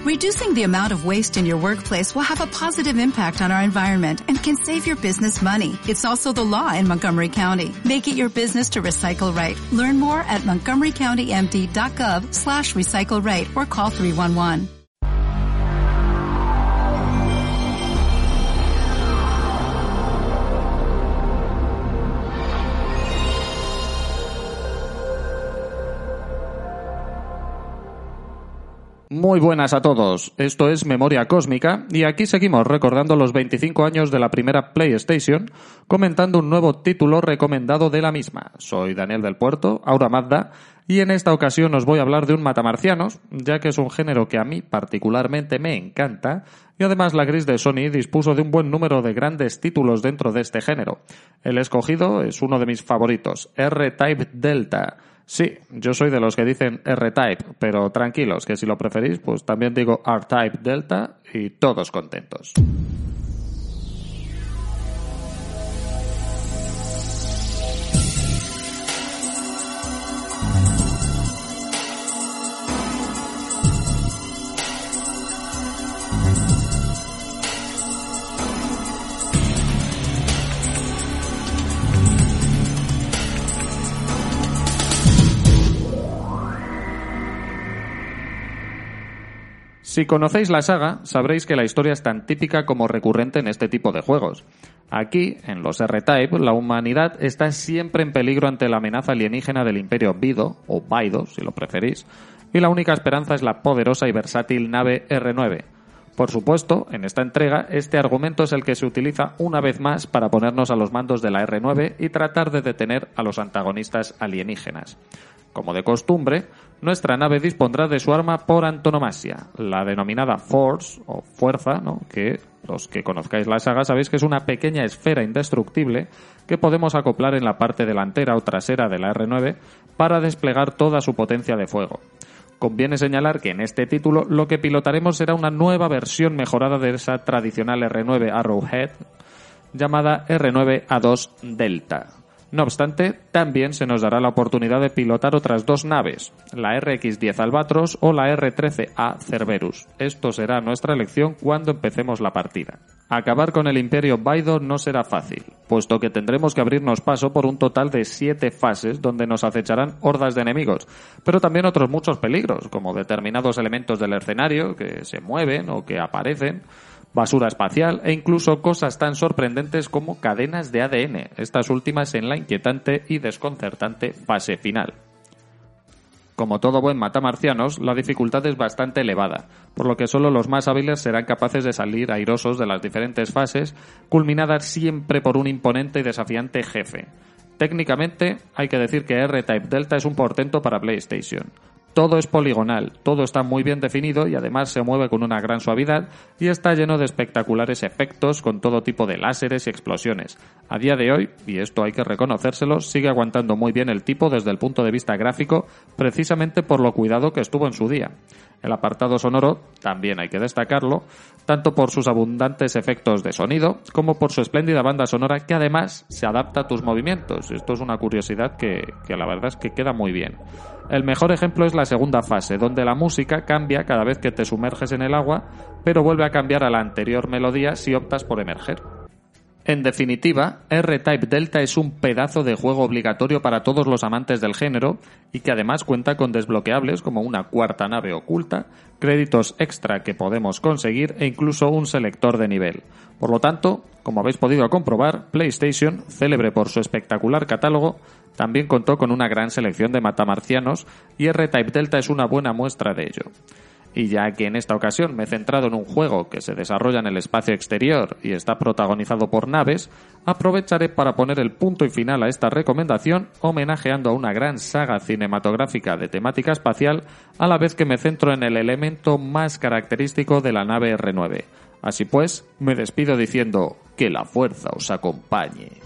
Reducing the amount of waste in your workplace will have a positive impact on our environment and can save your business money. It's also the law in Montgomery County. Make it your business to recycle right. Learn more at montgomerycountymd.gov/recycle right or call 311. Muy buenas a todos, esto es Memoria Cósmica y aquí seguimos recordando los 25 años de la primera PlayStation, comentando un nuevo título recomendado de la misma. Soy Daniel del Puerto, Aura Mazda, y en esta ocasión os voy a hablar de un matamarcianos, ya que es un género que a mí particularmente me encanta, y además la Gris de Sony dispuso de un buen número de grandes títulos dentro de este género. El escogido es uno de mis favoritos, R-Type Delta. Sí, yo soy de los que dicen R-Type, pero tranquilos, que si lo preferís, pues también digo R-Type Delta y todos contentos. Si conocéis la saga, sabréis que la historia es tan típica como recurrente en este tipo de juegos. Aquí, en los R-Type, la humanidad está siempre en peligro ante la amenaza alienígena del Imperio Bido, o Baido, si lo preferís, y la única esperanza es la poderosa y versátil nave R9. Por supuesto, en esta entrega, este argumento es el que se utiliza una vez más para ponernos a los mandos de la R9 y tratar de detener a los antagonistas alienígenas. Como de costumbre, nuestra nave dispondrá de su arma por antonomasia, la denominada Force, o Fuerza, ¿no? Que los que conozcáis la saga sabéis que es una pequeña esfera indestructible que podemos acoplar en la parte delantera o trasera de la R9 para desplegar toda su potencia de fuego. Conviene señalar que en este título lo que pilotaremos será una nueva versión mejorada de esa tradicional R9 Arrowhead llamada R9A2 Delta. No obstante, también se nos dará la oportunidad de pilotar otras dos naves, la RX-10 Albatros o la R-13A Cerberus. Esto será nuestra elección cuando empecemos la partida. Acabar con el Imperio Baido no será fácil, puesto que tendremos que abrirnos paso por un total de 7 fases donde nos acecharán hordas de enemigos, pero también otros muchos peligros, como determinados elementos del escenario que se mueven o que aparecen, basura espacial e incluso cosas tan sorprendentes como cadenas de ADN, estas últimas en la inquietante y desconcertante fase final. Como todo buen matamarcianos, la dificultad es bastante elevada, por lo que solo los más hábiles serán capaces de salir airosos de las diferentes fases, culminadas siempre por un imponente y desafiante jefe. Técnicamente, hay que decir que R-Type Delta es un portento para PlayStation. Todo es poligonal, todo está muy bien definido y además se mueve con una gran suavidad y está lleno de espectaculares efectos con todo tipo de láseres y explosiones. A día de hoy, y esto hay que reconocérselo, sigue aguantando muy bien el tipo desde el punto de vista gráfico, precisamente por lo cuidado que estuvo en su día. El apartado sonoro, también hay que destacarlo, tanto por sus abundantes efectos de sonido como por su espléndida banda sonora que además se adapta a tus movimientos. Esto es una curiosidad que la verdad es que queda muy bien. El mejor ejemplo es la segunda fase, donde la música cambia cada vez que te sumerges en el agua, pero vuelve a cambiar a la anterior melodía si optas por emerger. En definitiva, R-Type Delta es un pedazo de juego obligatorio para todos los amantes del género y que además cuenta con desbloqueables como una cuarta nave oculta, créditos extra que podemos conseguir e incluso un selector de nivel. Por lo tanto, como habéis podido comprobar, PlayStation, célebre por su espectacular catálogo, también contó con una gran selección de matamarcianos y R-Type Delta es una buena muestra de ello. Y ya que en esta ocasión me he centrado en un juego que se desarrolla en el espacio exterior y está protagonizado por naves, aprovecharé para poner el punto y final a esta recomendación homenajeando a una gran saga cinematográfica de temática espacial a la vez que me centro en el elemento más característico de la nave R9. Así pues, me despido diciendo que la fuerza os acompañe.